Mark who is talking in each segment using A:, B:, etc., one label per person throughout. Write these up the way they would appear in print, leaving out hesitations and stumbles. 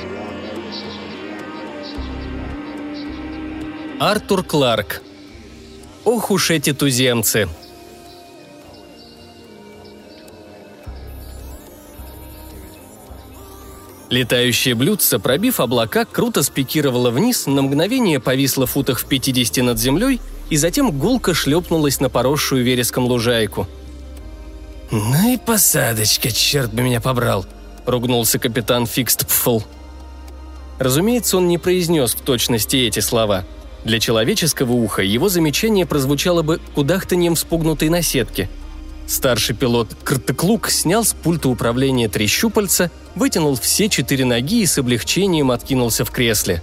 A: Артур Кларк. Ох уж эти туземцы. Летающее блюдце, пробив облака, круто спикировало вниз, на мгновение повисло в футах в 50 над землей и затем гулко шлепнулось на поросшую вереском лужайку. «Ну и посадочка, черт бы меня побрал!» – ругнулся капитан Фикстпфл. Разумеется, он не произнес в точности эти слова. Для человеческого уха его замечание прозвучало бы кудахтаньем вспугнутой наседки. Старший пилот Кртыклук снял с пульта управления 3 щупальца, вытянул все 4 ноги и с облегчением откинулся в кресле.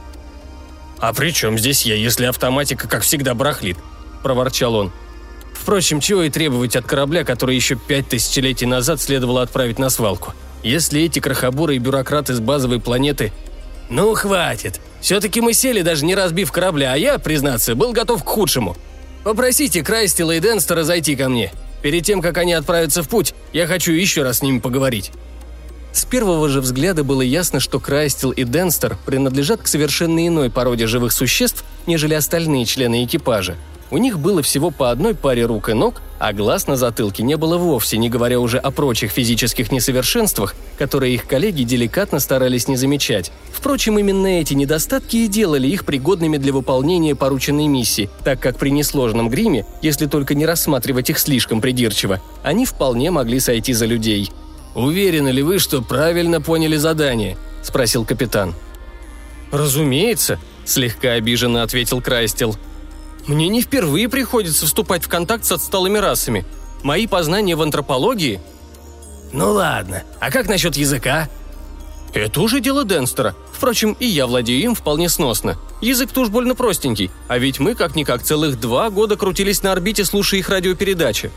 A: «А при чем здесь я, если автоматика, как всегда, барахлит?» – проворчал он. «Впрочем, чего и требовать от корабля, который еще 5 тысячелетий назад следовало отправить на свалку? Если эти крохоборы и бюрократы с базовой планеты... Ну, хватит! Все-таки мы сели, даже не разбив корабля, а я, признаться, был готов к худшему. Попросите Крайстела и Денстера зайти ко мне. Перед тем, как они отправятся в путь, я хочу еще раз с ними поговорить». С первого же взгляда было ясно, что Крайстел и Денстер принадлежат к совершенно иной породе живых существ, нежели остальные члены экипажа. У них было всего по одной паре рук и ног, а глаз на затылке не было вовсе, не говоря уже о прочих физических несовершенствах, которые их коллеги деликатно старались не замечать. Впрочем, именно эти недостатки и делали их пригодными для выполнения порученной миссии, так как при несложном гриме, если только не рассматривать их слишком придирчиво, они вполне могли сойти за людей. «Уверены ли вы, что правильно поняли задание?» – спросил капитан. «Разумеется», – слегка обиженно ответил Крайстел. «Мне не впервые приходится вступать в контакт с отсталыми расами. Мои познания в антропологии...» «Ну ладно, а как насчет языка?» «Это уже дело Денстера. Впрочем, и я владею им вполне сносно. Язык-то уж больно простенький, а ведь мы, как-никак, целых 2 года крутились на орбите, слушая их радиопередачи».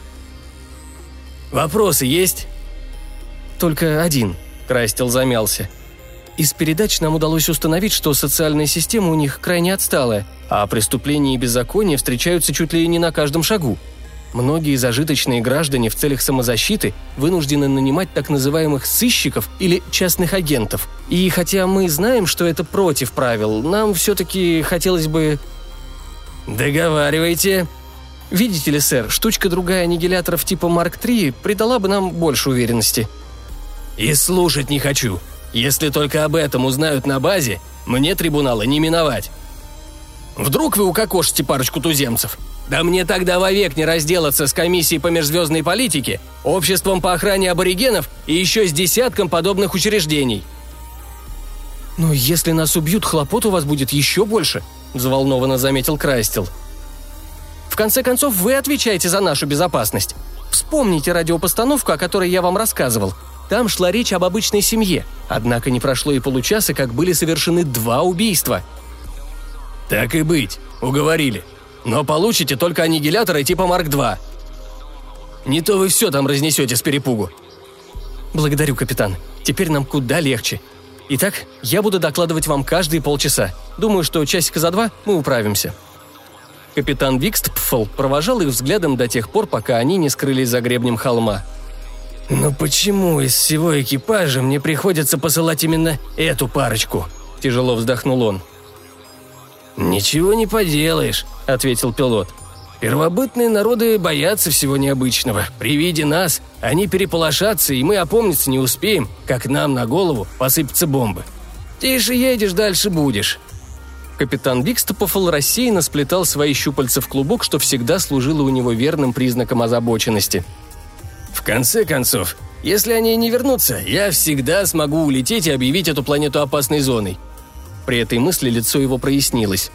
B: «Вопросы есть?»
A: «Только один», – Крайстел замялся. «Из передач нам удалось установить, что социальная система у них крайне отсталая, а преступления и беззакония встречаются чуть ли не на каждом шагу. Многие зажиточные граждане в целях самозащиты вынуждены нанимать так называемых сыщиков или частных агентов. И хотя мы знаем, что это против правил, нам все-таки хотелось бы...»
B: «Договаривайте».
A: «Видите ли, сэр, штучка другая аннигиляторов типа Марк-3 придала бы нам больше уверенности».
B: «И слушать не хочу. Если только об этом узнают на базе, мне трибунала не миновать. Вдруг вы укокошите парочку туземцев? Да мне тогда вовек не разделаться с комиссией по межзвездной политике, обществом по охране аборигенов и еще с десятком подобных учреждений».
A: «Но если нас убьют, хлопот у вас будет еще больше», – взволнованно заметил Крайстел. «В конце концов, вы отвечаете за нашу безопасность. Вспомните радиопостановку, о которой я вам рассказывал. Там шла речь об обычной семье, однако не прошло и получаса, как были совершены 2 убийства».
B: «Так и быть, уговорили. Но получите только аннигиляторы типа Марк-2. Не то вы все там разнесете с перепугу».
A: «Благодарю, капитан. Теперь нам куда легче. Итак, я буду докладывать вам каждые полчаса. Думаю, что часика за 2 мы управимся». Капитан Викстпфл провожал их взглядом до тех пор, пока они не скрылись за гребнем холма.
B: «Но почему из всего экипажа мне приходится посылать именно эту парочку?» – тяжело вздохнул он. «Ничего не поделаешь», – ответил пилот. «Первобытные народы боятся всего необычного. При виде нас они переполошатся, и мы опомниться не успеем, как нам на голову посыпятся бомбы. Тише едешь, дальше будешь».
A: Капитан Викстпфл рассеянно сплетал свои щупальца в клубок, что всегда служило у него верным признаком озабоченности.
B: «В конце концов, если они не вернутся, я всегда смогу улететь и объявить эту планету опасной зоной».
A: При этой мысли лицо его прояснилось.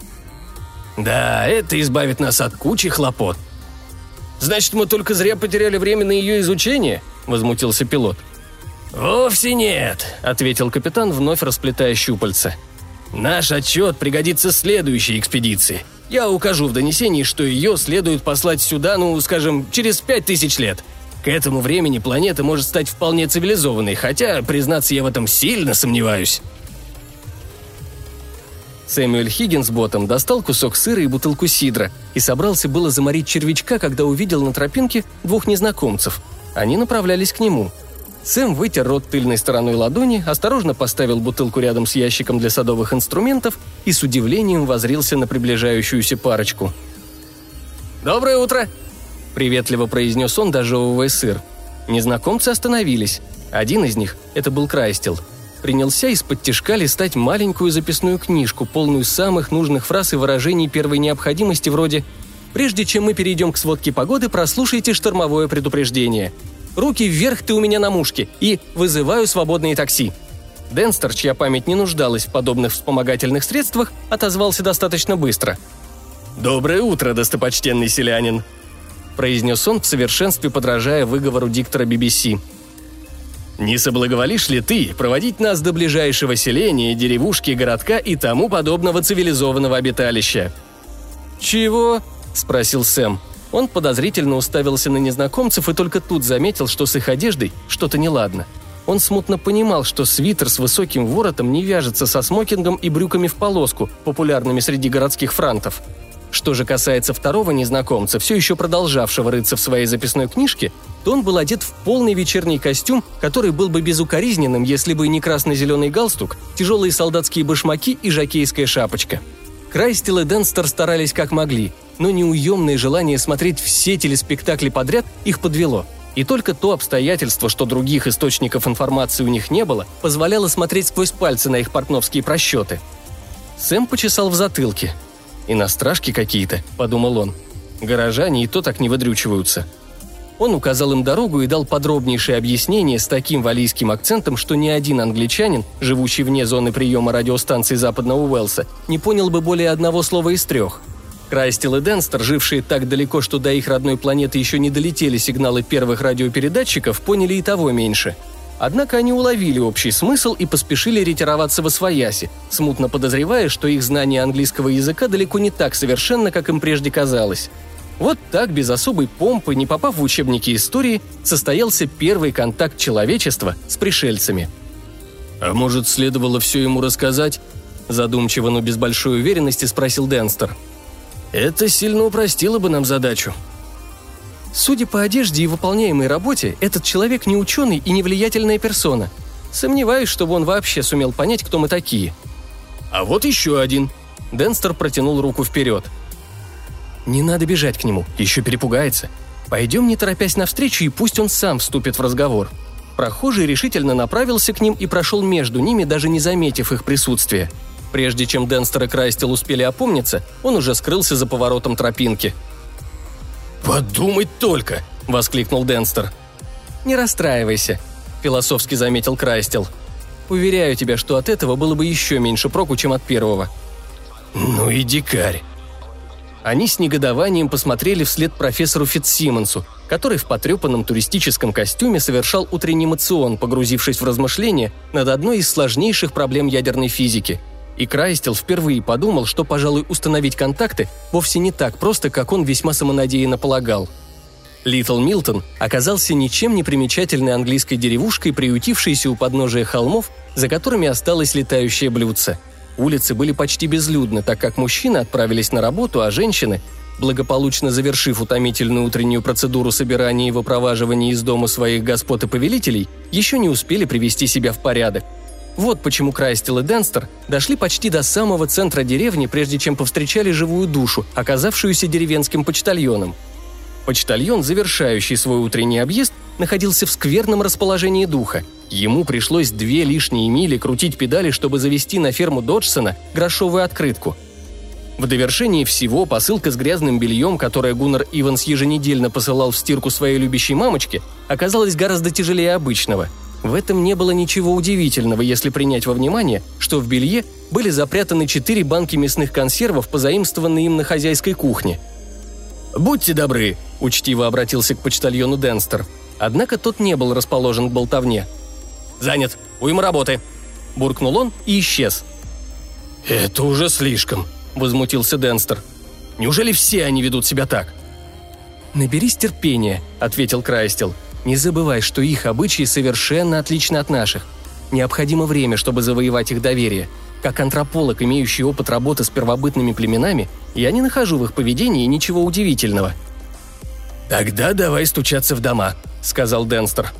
B: «Да, это избавит нас от кучи хлопот».
A: «Значит, мы только зря потеряли время на ее изучение?» – возмутился пилот.
B: «Вовсе нет», – ответил капитан, вновь расплетая щупальца. «Наш отчет пригодится следующей экспедиции. Я укажу в донесении, что ее следует послать сюда, скажем, через 5000 лет. К этому времени планета может стать вполне цивилизованной, хотя, признаться, я в этом сильно сомневаюсь».
A: Сэмюэль Хиггинсботом достал кусок сыра и бутылку сидра и собрался было заморить червячка, когда увидел на тропинке 2 незнакомцев. Они направлялись к нему. Сэм вытер рот тыльной стороной ладони, осторожно поставил бутылку рядом с ящиком для садовых инструментов и с удивлением воззрился на приближающуюся парочку. «Доброе утро!» – приветливо произнес он, дожевывая сыр. Незнакомцы остановились. Один из них, это был Крайстел, принялся из-под тишка листать маленькую записную книжку, полную самых нужных фраз и выражений первой необходимости вроде «Прежде чем мы перейдем к сводке погоды, прослушайте штормовое предупреждение. Руки вверх, ты у меня на мушке, и вызываю свободные такси». Денстер, чья память не нуждалась в подобных вспомогательных средствах, отозвался достаточно быстро. «Доброе утро, достопочтенный селянин», – произнес он в совершенстве, подражая выговору диктора BBC. «Не соблаговолишь ли ты проводить нас до ближайшего селения, деревушки, городка и тому подобного цивилизованного обиталища?» «Чего?» – спросил Сэм. Он подозрительно уставился на незнакомцев и только тут заметил, что с их одеждой что-то неладно. Он смутно понимал, что свитер с высоким воротом не вяжется со смокингом и брюками в полоску, популярными среди городских франтов. Что же касается второго незнакомца, все еще продолжавшего рыться в своей записной книжке, то он был одет в полный вечерний костюм, который был бы безукоризненным, если бы не красно-зеленый галстук, тяжелые солдатские башмаки и жокейская шапочка. Крайстел и Денстер старались как могли, но неуемное желание смотреть все телеспектакли подряд их подвело. И только то обстоятельство, что других источников информации у них не было, позволяло смотреть сквозь пальцы на их портновские просчеты. Сэм почесал в затылке. «Иностражки какие-то», — подумал он. «Горожане и то так не выдрючиваются». Он указал им дорогу и дал подробнейшее объяснение с таким валлийским акцентом, что ни один англичанин, живущий вне зоны приема радиостанции Западного Уэльса, не понял бы более одного слова из трех. Крайстел и Денстер, жившие так далеко, что до их родной планеты еще не долетели сигналы первых радиопередатчиков, поняли и того меньше. Однако они уловили общий смысл и поспешили ретироваться восвояси, смутно подозревая, что их знание английского языка далеко не так совершенно, как им прежде казалось. Вот так, без особой помпы, не попав в учебники истории, состоялся первый контакт человечества с пришельцами. «А может, следовало все ему рассказать?» – задумчиво, но без большой уверенности спросил Денстер. «Это сильно упростило бы нам задачу». Судя по одежде и выполняемой работе, этот человек не ученый и не влиятельная персона. Сомневаюсь, чтобы он вообще сумел понять, кто мы такие. «А вот еще один». Денстер протянул руку вперед. «Не надо бежать к нему, еще перепугается. Пойдем, не торопясь навстречу, и пусть он сам вступит в разговор». Прохожий решительно направился к ним и прошел между ними, даже не заметив их присутствия. Прежде чем Денстер и Крайстел успели опомниться, он уже скрылся за поворотом тропинки. «Подумать только!» – воскликнул Денстер. «Не расстраивайся», – философски заметил Крайстел. «Уверяю тебя, что от этого было бы еще меньше проку, чем от первого». «Ну и дикарь!» Они с негодованием посмотрели вслед профессору Фитцсимонсу, который в потрепанном туристическом костюме совершал утренний моцион, погрузившись в размышления над одной из сложнейших проблем ядерной физики. И Крайстел впервые подумал, что, пожалуй, установить контакты вовсе не так просто, как он весьма самонадеянно полагал. Литл Милтон оказался ничем не примечательной английской деревушкой, приютившейся у подножия холмов, за которыми осталось летающее блюдце. Улицы были почти безлюдны, так как мужчины отправились на работу, а женщины, благополучно завершив утомительную утреннюю процедуру собирания и выпроваживания из дома своих господ и повелителей, еще не успели привести себя в порядок. Вот почему Крайстел и Денстер дошли почти до самого центра деревни, прежде чем повстречали живую душу, оказавшуюся деревенским почтальоном. Почтальон, завершающий свой утренний объезд, находился в скверном расположении духа. Ему пришлось 2 лишние мили крутить педали, чтобы завести на ферму Доджсона грошовую открытку. В довершении всего посылка с грязным бельем, которое Гуннар Иванс еженедельно посылал в стирку своей любящей мамочке, оказалась гораздо тяжелее обычного. В этом не было ничего удивительного, если принять во внимание, что в белье были запрятаны 4 банки мясных консервов, позаимствованные им на хозяйской кухне. «Будьте добры», – учтиво обратился к почтальону Денстер. Однако тот не был расположен к болтовне. «Занят. Уйма работы», – буркнул он и исчез. «Это уже слишком», – возмутился Денстер. «Неужели все они ведут себя так?» «Наберись терпения», – ответил Крайстел. «Не забывай, что их обычаи совершенно отличны от наших. Необходимо время, чтобы завоевать их доверие. Как антрополог, имеющий опыт работы с первобытными племенами, я не нахожу в их поведении ничего удивительного». «Тогда давай стучаться в дома», – сказал Денстер.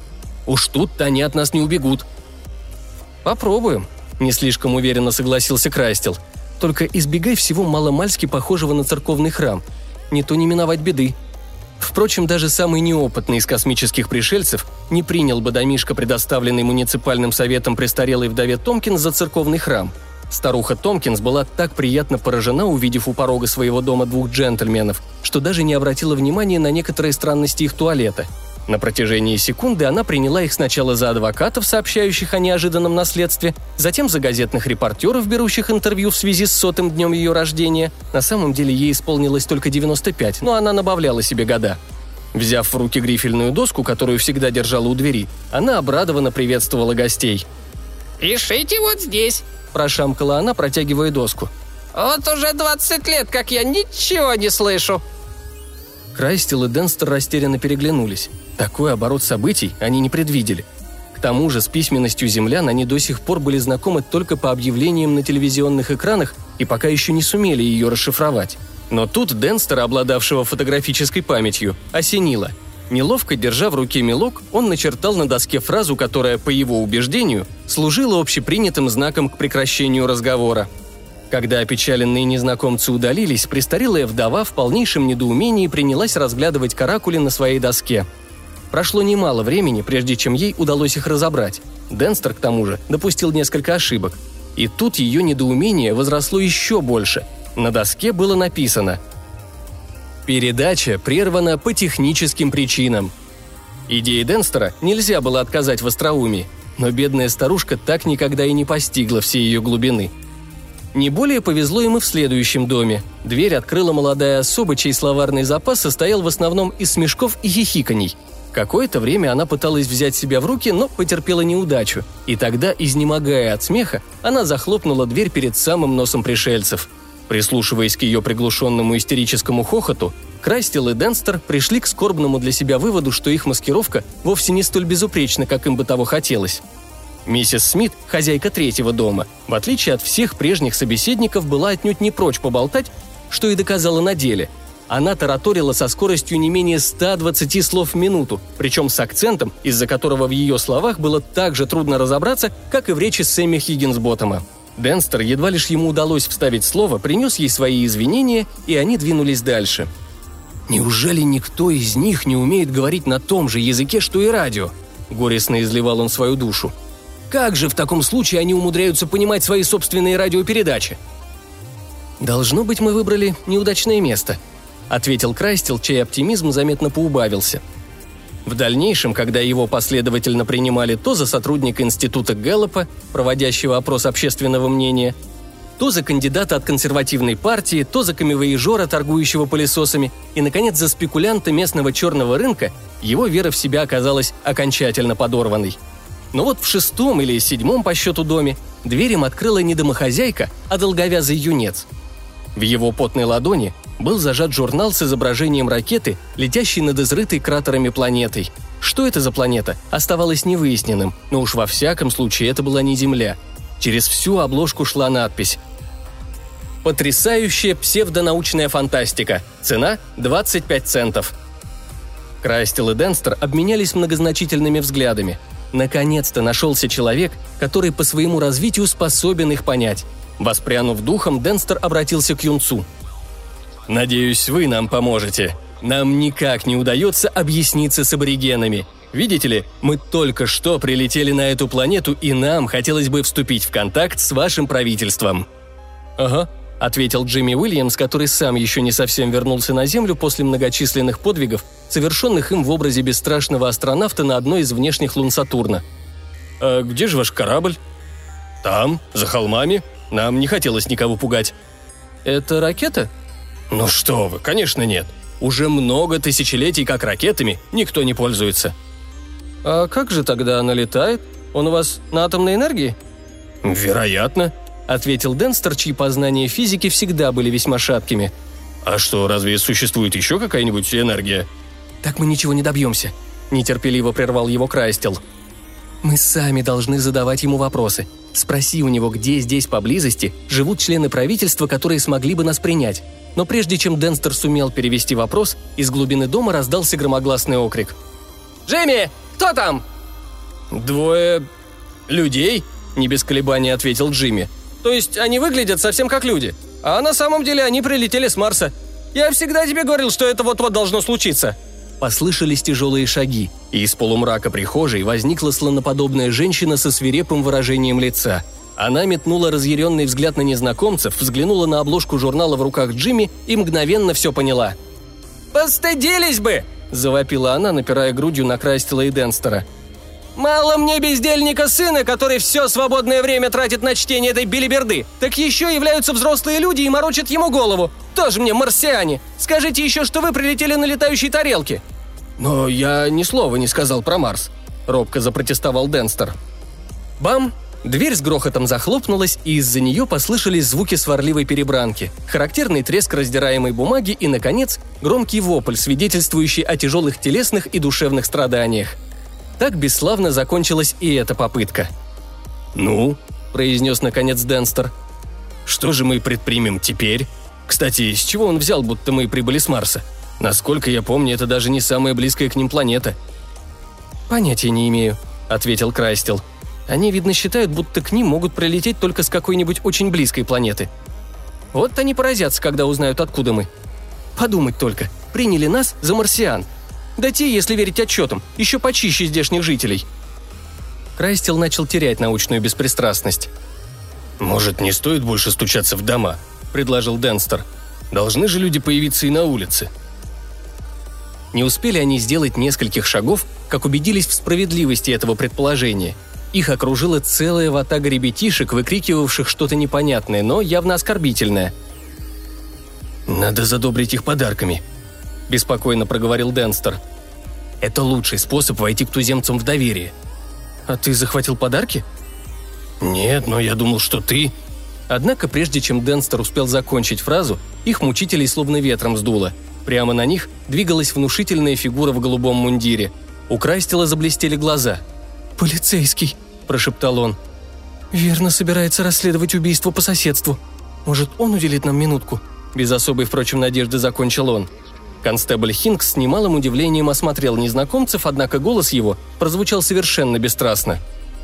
A: Уж тут-то они от нас не убегут».
B: «Попробуем», – не слишком уверенно согласился Крайстел. «Только избегай всего маломальски похожего на церковный храм. Не то не миновать беды». Впрочем, даже самый неопытный из космических пришельцев не принял бы домишко, предоставленный муниципальным советом престарелой вдове Томпкинс, за церковный храм. Старуха Томпкинс была так приятно поражена, увидев у порога своего дома двух джентльменов, что даже не обратила внимания на некоторые странности их туалета. На протяжении секунды она приняла их сначала за адвокатов, сообщающих о неожиданном наследстве, затем за газетных репортеров, берущих интервью в связи с 100-м днем ее рождения. На самом деле ей исполнилось только 95, но она набавляла себе года. Взяв в руки грифельную доску, которую всегда держала у двери, она обрадованно приветствовала гостей.
C: «Пишите вот здесь»,
B: – прошамкала она, протягивая доску.
C: «Вот уже 20 лет, как я ничего не слышу».
B: Крайстел и Денстер растерянно переглянулись. Такой оборот событий они не предвидели. К тому же с письменностью землян они до сих пор были знакомы только по объявлениям на телевизионных экранах и пока еще не сумели ее расшифровать. Но тут Денстера, обладавшего фотографической памятью, осенило. Неловко держа в руке мелок, он начертал на доске фразу, которая, по его убеждению, служила общепринятым знаком к прекращению разговора. Когда опечаленные незнакомцы удалились, престарелая вдова в полнейшем недоумении принялась разглядывать каракули на своей доске. Прошло немало времени, прежде чем ей удалось их разобрать. Денстер, к тому же, допустил несколько ошибок. И тут ее недоумение возросло еще больше. На доске было написано: «Передача прервана по техническим причинам». Идее Денстера нельзя было отказать в остроумии, но бедная старушка так никогда и не постигла всей ее глубины. Не более повезло им и в следующем доме. Дверь открыла молодая особа, чей словарный запас состоял в основном из смешков и хихиканий. Какое-то время она пыталась взять себя в руки, но потерпела неудачу. И тогда, изнемогая от смеха, она захлопнула дверь перед самым носом пришельцев. Прислушиваясь к ее приглушенному истерическому хохоту, Крайстел и Денстер пришли к скорбному для себя выводу, что их маскировка вовсе не столь безупречна, как им бы того хотелось. Миссис Смит, хозяйка третьего дома, в отличие от всех прежних собеседников, была отнюдь не прочь поболтать, что и доказала на деле. Она тараторила со скоростью не менее 120 слов в минуту, причем с акцентом, из-за которого в ее словах было так же трудно разобраться, как и в речи Сэмми Хиггинсботтома. Денстер, едва лишь ему удалось вставить слово, принес ей свои извинения, и они двинулись дальше. «Неужели никто из них не умеет говорить на том же языке, что и радио?» – горестно изливал он свою душу. «Как же в таком случае они умудряются понимать свои собственные радиопередачи?» «Должно быть, мы выбрали неудачное место», – ответил Крайстел, чей оптимизм заметно поубавился. В дальнейшем, когда его последовательно принимали то за сотрудника института Гэллопа, проводящего опрос общественного мнения, то за кандидата от консервативной партии, то за камевояжера, торгующего пылесосами, и, наконец, за спекулянта местного черного рынка, его вера в себя оказалась окончательно подорванной. Но вот в 6-м или 7-м по счету доме дверь им открыла не домохозяйка, а долговязый юнец. В его потной ладони был зажат журнал с изображением ракеты, летящей над изрытой кратерами планетой. Что это за планета, оставалось невыясненным, но уж во всяком случае это была не Земля. Через всю обложку шла надпись: «Потрясающая псевдонаучная фантастика. Цена – 25 центов». Крайстел и Денстер обменялись многозначительными взглядами. Наконец-то нашелся человек, который по своему развитию способен их понять. Воспрянув духом, Денстер обратился к юнцу. «Надеюсь, вы нам поможете. Нам никак не удается объясниться с аборигенами. Видите ли, мы только что прилетели на эту планету, и нам хотелось бы вступить в контакт с вашим правительством». «Ага», — ответил Джимми Уильямс, который сам еще не совсем вернулся на Землю после многочисленных подвигов, совершенных им в образе бесстрашного астронавта на одной из внешних лун Сатурна. «А где же ваш корабль?» «Там, за холмами. Нам не хотелось никого пугать». «Это ракета?» «Ну что вы, конечно нет. Уже много тысячелетий как ракетами никто не пользуется». «А как же тогда она летает? Он у вас на атомной энергии?» «Вероятно», — ответил Денстер, чьи познания физики всегда были весьма шаткими. «А что, разве существует еще какая-нибудь энергия?» «Так мы ничего не добьемся», — нетерпеливо прервал его Крайстел. «Мы сами должны задавать ему вопросы. Спроси у него, где здесь поблизости живут члены правительства, которые смогли бы нас принять». Но прежде чем Денстер сумел перевести вопрос, из глубины дома раздался громогласный окрик. «Джимми, кто там?»
A: 2 людей?» – не без колебаний ответил Джимми. «То есть они выглядят совсем как люди, а на самом деле они прилетели с Марса. Я всегда тебе говорил, что это вот-вот должно случиться». Послышались тяжелые шаги, и из полумрака прихожей возникла слоноподобная женщина со свирепым выражением лица. Она метнула разъяренный взгляд на незнакомцев, взглянула на обложку журнала в руках Джимми и мгновенно все поняла. «Постыдились бы!» – завопила она, напирая грудью на Крайстела и Денстера. «Мало мне бездельника сына, который все свободное время тратит на чтение этой белиберды, так еще являются взрослые люди и морочат ему голову. Тоже мне марсиане. Скажите еще, что вы прилетели на летающей тарелке». «Но я ни слова не сказал про Марс», – робко запротестовал Денстер. Бам! Дверь с грохотом захлопнулась, и из-за нее послышались звуки сварливой перебранки, характерный треск раздираемой бумаги и, наконец, громкий вопль, свидетельствующий о тяжелых телесных и душевных страданиях. Так бесславно закончилась и эта попытка. «Ну», – произнес наконец Денстер, – «что же мы предпримем теперь? Кстати, с чего он взял, будто мы прибыли с Марса? Насколько я помню, это даже не самая близкая к ним планета». «Понятия не имею», – ответил Крайстел. «Они, видно, считают, будто к ним могут прилететь только с какой-нибудь очень близкой планеты. Вот они поразятся, когда узнают, откуда мы. Подумать только, приняли нас за марсиан. Да те, если верить отчетам, еще почище здешних жителей». Крайстел начал терять научную беспристрастность. «Может, не стоит больше стучаться в дома?» – предложил Денстер. «Должны же люди появиться и на улице». Не успели они сделать нескольких шагов, как убедились в справедливости этого предположения. Их окружила целая ватага ребятишек, выкрикивавших что-то непонятное, но явно оскорбительное. «Надо задобрить их подарками», – беспокойно проговорил Денстер. «Это лучший способ войти к туземцам в доверие». «А ты захватил подарки?» «Нет, но я думал, что ты...» Однако, прежде чем Денстер успел закончить фразу, их мучителей словно ветром сдуло. Прямо на них двигалась внушительная фигура в голубом мундире. У Крайстела заблестели глаза. «Полицейский», – прошептал он. «Верно собирается расследовать убийство по соседству. Может, он уделит нам минутку?» Без особой, впрочем, надежды закончил он. Констебль Хинкс с немалым удивлением осмотрел незнакомцев, однако голос его прозвучал совершенно бесстрастно.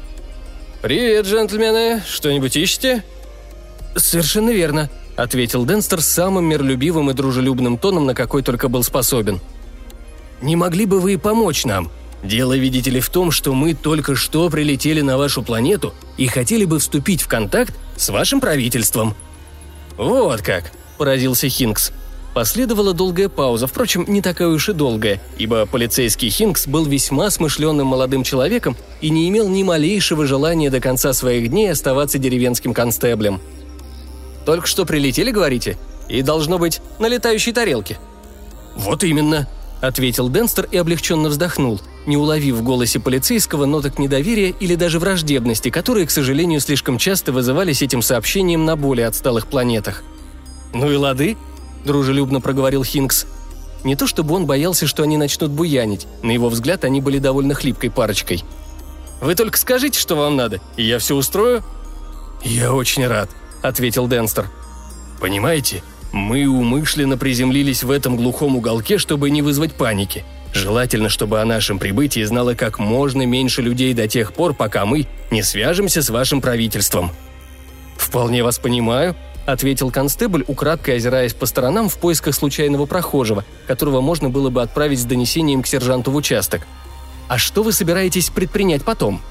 A: «Привет, джентльмены. Что-нибудь ищете?» «Совершенно верно», – ответил Денстер самым миролюбивым и дружелюбным тоном, на какой только был способен. «Не могли бы вы помочь нам? Дело, видите ли, в том, что мы только что прилетели на вашу планету и хотели бы вступить в контакт с вашим правительством». «Вот как», – поразился Хинкс. Последовала долгая пауза, впрочем, не такая уж и долгая, ибо полицейский Хинкс был весьма смышленным молодым человеком и не имел ни малейшего желания до конца своих дней оставаться деревенским констеблем. «Только что прилетели, говорите? И, должно быть, на летающей тарелке». «Вот именно», – ответил Денстер и облегченно вздохнул, не уловив в голосе полицейского ноток недоверия или даже враждебности, которые, к сожалению, слишком часто вызывались этим сообщением на более отсталых планетах. «Ну и лады», – дружелюбно проговорил Хинкс. Не то чтобы он боялся, что они начнут буянить, на его взгляд они были довольно хлипкой парочкой. «Вы только скажите, что вам надо, и я все устрою». «Я очень рад», – ответил Денстер. «Понимаете, мы умышленно приземлились в этом глухом уголке, чтобы не вызвать паники. Желательно, чтобы о нашем прибытии знало как можно меньше людей до тех пор, пока мы не свяжемся с вашим правительством». «Вполне вас понимаю», – ответил констебль, украдкой озираясь по сторонам в поисках случайного прохожего, которого можно было бы отправить с донесением к сержанту в участок. «А что вы собираетесь предпринять потом?»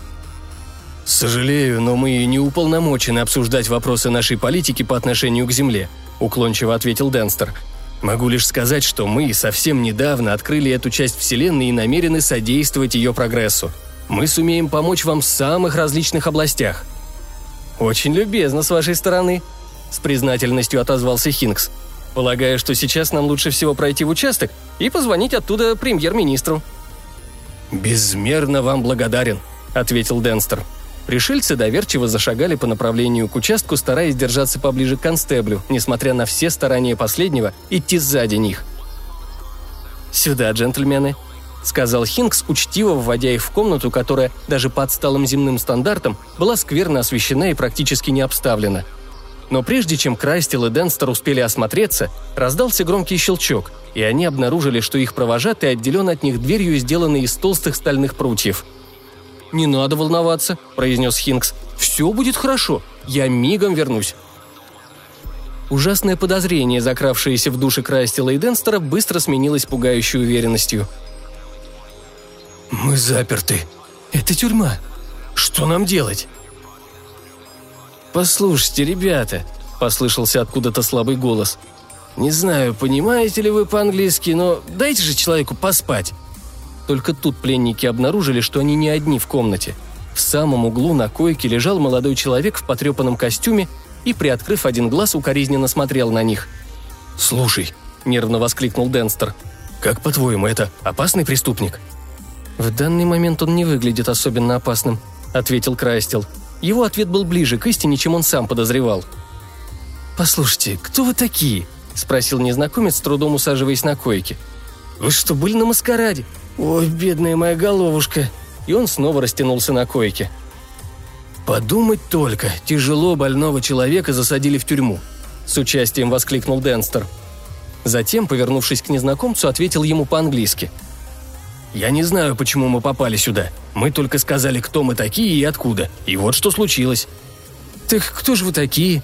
A: «Сожалею, но мы не уполномочены обсуждать вопросы нашей политики по отношению к Земле», – уклончиво ответил Денстер. «Могу лишь сказать, что мы совсем недавно открыли эту часть Вселенной и намерены содействовать ее прогрессу. Мы сумеем помочь вам в самых различных областях». «Очень любезно с вашей стороны», – с признательностью отозвался Хинкс. «Полагаю, что сейчас нам лучше всего пройти в участок и позвонить оттуда премьер-министру». «Безмерно вам благодарен», – ответил Денстер. Пришельцы доверчиво зашагали по направлению к участку, стараясь держаться поближе к констеблю, несмотря на все старания последнего идти сзади них. «Сюда, джентльмены», – сказал Хинкс, учтиво вводя их в комнату, которая даже по отсталым земным стандартам была скверно освещена и практически не обставлена. Но прежде чем Крайстел и Денстер успели осмотреться, раздался громкий щелчок, и они обнаружили, что их провожатый отделен от них дверью, сделанной из толстых стальных прутьев. «Не надо волноваться», – произнес Хинкс. «Все будет хорошо. Я мигом вернусь». Ужасное подозрение, закравшееся в души Крайстела и Денстера, быстро сменилось пугающей уверенностью. «Мы заперты. Это тюрьма. Что нам делать?» «Послушайте, ребята», – послышался откуда-то слабый голос. «Не знаю, понимаете ли вы по-английски, но дайте же человеку поспать». Только тут пленники обнаружили, что они не одни в комнате. В самом углу на койке лежал молодой человек в потрепанном костюме и, приоткрыв один глаз, укоризненно смотрел на них. «Слушай», – нервно воскликнул Денстер, – «как, по-твоему, это опасный преступник?» «В данный момент он не выглядит особенно опасным», – ответил Крайстел. Его ответ был ближе к истине, чем он сам подозревал. «Послушайте, кто вы такие?» – спросил незнакомец, с трудом усаживаясь на койке. «Вы что, были на маскараде? Ой, бедная моя головушка!» И он снова растянулся на койке. «Подумать только, тяжело больного человека засадили в тюрьму», – с участием воскликнул Денстер. Затем, повернувшись к незнакомцу, ответил ему по-английски. «Я не знаю, почему мы попали сюда. Мы только сказали, кто мы такие и откуда. И вот что случилось». «Так кто же вы такие?»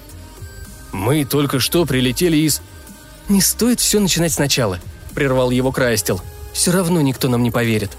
A: «Мы только что прилетели из...» «Не стоит все начинать сначала», – прервал его Крайстел. «Все равно никто нам не поверит».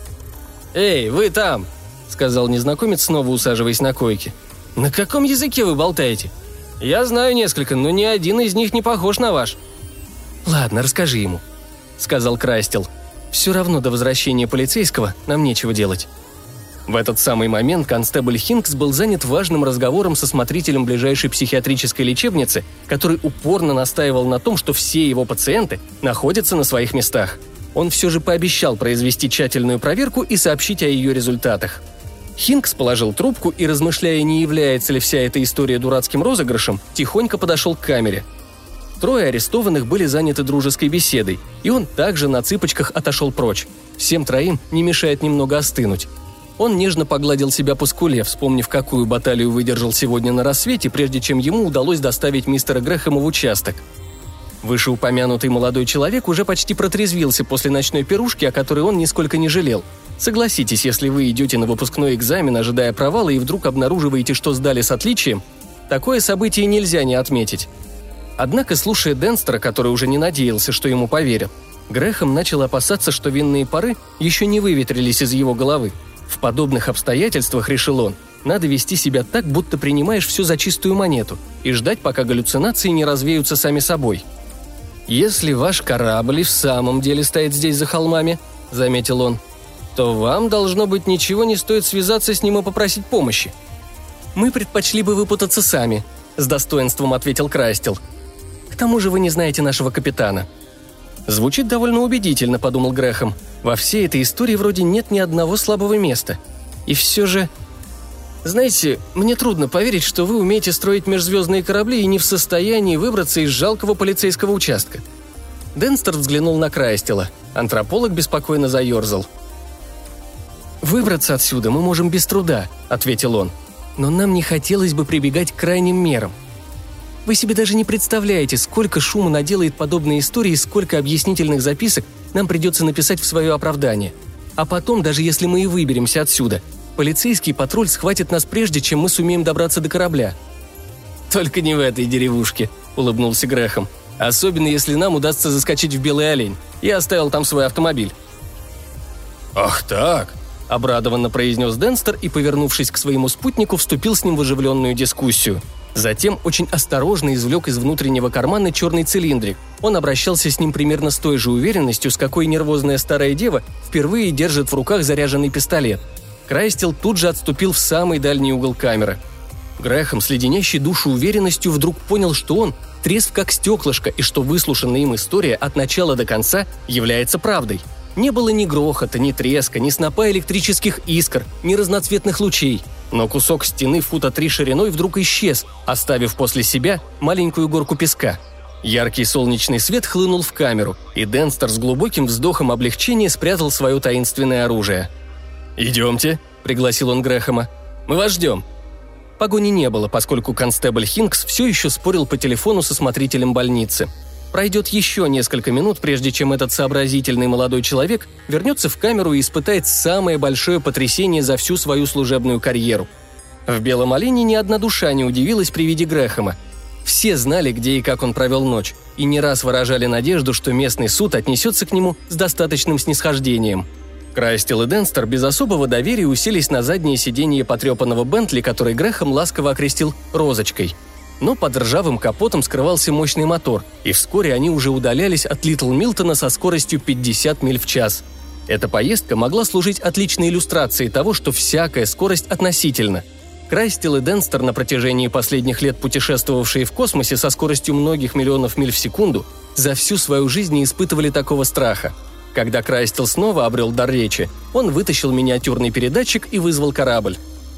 A: «Эй, вы там!» – сказал незнакомец, снова усаживаясь на койке. «На каком языке вы болтаете? Я знаю несколько, но ни один из них не похож на ваш». «Ладно, расскажи ему», – сказал Крайстел. «Все равно до возвращения полицейского нам нечего делать». В этот самый момент констебль Хинкс был занят важным разговором со смотрителем ближайшей психиатрической лечебницы, который упорно настаивал на том, что все его пациенты находятся на своих местах. Он все же пообещал произвести тщательную проверку и сообщить о ее результатах. Хинкс положил трубку и, размышляя, не является ли вся эта история дурацким розыгрышем, тихонько подошел к камере. Трое арестованных были заняты дружеской беседой, и он также на цыпочках отошел прочь. Всем троим не мешает немного остынуть. Он нежно погладил себя по скуле, вспомнив, какую баталию выдержал сегодня на рассвете, прежде чем ему удалось доставить мистера Грэхэма в участок. Вышеупомянутый молодой человек уже почти протрезвился после ночной пирушки, о которой он нисколько не жалел. Согласитесь, если вы идете на выпускной экзамен, ожидая провала, и вдруг обнаруживаете, что сдали с отличием, такое событие нельзя не отметить. Однако, слушая Денстера, который уже не надеялся, что ему поверят, Грэхэм начал опасаться, что винные пары еще не выветрились из его головы. В подобных обстоятельствах, решил он, надо вести себя так, будто принимаешь все за чистую монету, и ждать, пока галлюцинации не развеются сами собой. «Если ваш корабль и в самом деле стоит здесь за холмами», — заметил он, — «то вам, должно быть, ничего не стоит связаться с ним и попросить помощи». «Мы предпочли бы выпутаться сами», — с достоинством ответил Крайстел. «К тому же вы не знаете нашего капитана». «Звучит довольно убедительно», — подумал Грэхэм. «Во всей этой истории вроде нет ни одного слабого места. И все же...» «Знаете, мне трудно поверить, что вы умеете строить межзвездные корабли и не в состоянии выбраться из жалкого полицейского участка». Денстер взглянул на Крайстела. Антрополог беспокойно заерзал. «Выбраться отсюда мы можем без труда», — ответил он. «Но нам не хотелось бы прибегать к крайним мерам. Вы себе даже не представляете, сколько шума наделает подобная история и сколько объяснительных записок нам придется написать в свое оправдание. А потом, даже если мы и выберемся отсюда, полицейский патруль схватит нас прежде, чем мы сумеем добраться до корабля». «Только не в этой деревушке», — улыбнулся Грэхэм. «Особенно, если нам удастся заскочить в Белый олень. Я оставил там свой автомобиль». «Ах так!» — обрадованно произнес Денстер и, повернувшись к своему спутнику, вступил с ним в оживленную дискуссию. Затем очень осторожно извлек из внутреннего кармана черный цилиндрик. Он обращался с ним примерно с той же уверенностью, с какой нервозная старая дева впервые держит в руках заряженный пистолет. Крайстел тут же отступил в самый дальний угол камеры. Грэхэм с леденящей душу уверенностью вдруг понял, что он трезв как стеклышко и что выслушанная им история от начала до конца является правдой. Не было ни грохота, ни треска, ни снопа электрических искр, ни разноцветных лучей. Но кусок стены фута 3 шириной вдруг исчез, оставив после себя маленькую горку песка. Яркий солнечный свет хлынул в камеру, и Денстер с глубоким вздохом облегчения спрятал свое таинственное оружие. «Идемте», — пригласил он Грэхэма. «Мы вас ждем». Погони не было, поскольку констебль Хинкс все еще спорил по телефону со смотрителем больницы. Пройдет еще несколько минут, прежде чем этот сообразительный молодой человек вернется в камеру и испытает самое большое потрясение за всю свою служебную карьеру. В «Белом олене» ни одна душа не удивилась при виде Грэхэма. Все знали, где и как он провел ночь, и не раз выражали надежду, что местный суд отнесется к нему с достаточным снисхождением. Крайстел и Денстер без особого доверия уселись на заднее сиденье потрепанного Бентли, который Грэхэм ласково окрестил «розочкой». Но под ржавым капотом скрывался мощный мотор, и вскоре они уже удалялись от Литл Милтона со скоростью 50 миль в час. Эта поездка могла служить отличной иллюстрацией того, что всякая скорость относительна. Крайстел и Денстер, на протяжении последних лет путешествовавшие в космосе со скоростью многих миллионов миль в секунду, за всю свою жизнь не испытывали такого страха. Когда Крайстел снова обрел дар речи, он вытащил миниатюрный передатчик и вызвал корабль.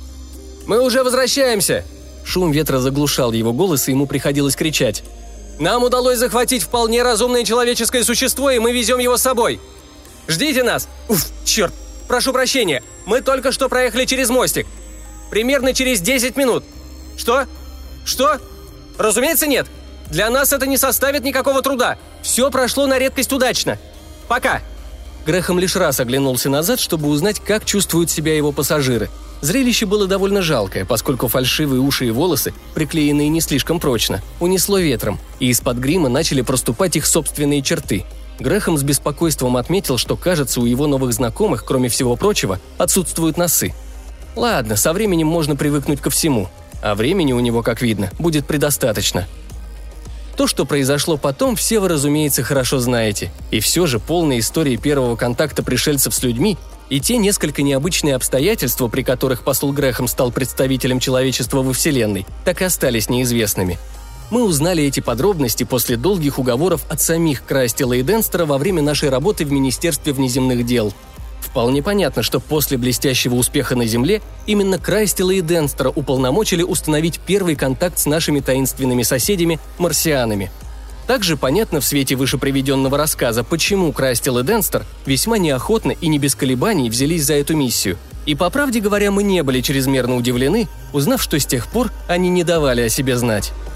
A: «Мы уже возвращаемся!» Шум ветра заглушал его голос, и ему приходилось кричать. «Нам удалось захватить вполне разумное человеческое существо, и мы везем его с собой! Ждите нас! Уф, черт! Прошу прощения, мы только что проехали через мостик. Примерно через 10 минут. Что? Что? Разумеется, нет. Для нас это не составит никакого труда. Все прошло на редкость удачно. Пока!» Грэхэм лишь раз оглянулся назад, чтобы узнать, как чувствуют себя его пассажиры. Зрелище было довольно жалкое, поскольку фальшивые уши и волосы, приклеенные не слишком прочно, унесло ветром, и из-под грима начали проступать их собственные черты. Грэхэм с беспокойством отметил, что, кажется, у его новых знакомых, кроме всего прочего, отсутствуют носы. Ладно, со временем можно привыкнуть ко всему, а времени у него, как видно, будет предостаточно. То, что произошло потом, все вы, разумеется, хорошо знаете, и все же полная история первого контакта пришельцев с людьми и те несколько необычные обстоятельства, при которых посол Грэхэм стал представителем человечества во Вселенной, так и остались неизвестными. Мы узнали эти подробности после долгих уговоров от самих Крайстела и Денстера во время нашей работы в Министерстве внеземных дел. Вполне понятно, что после блестящего успеха на Земле именно Крайстела и Денстера уполномочили установить первый контакт с нашими таинственными соседями – марсианами. Также понятно в свете вышеприведенного рассказа, почему Крайстел и Денстер весьма неохотно и не без колебаний взялись за эту миссию. И, по правде говоря, мы не были чрезмерно удивлены, узнав, что с тех пор они не давали о себе знать.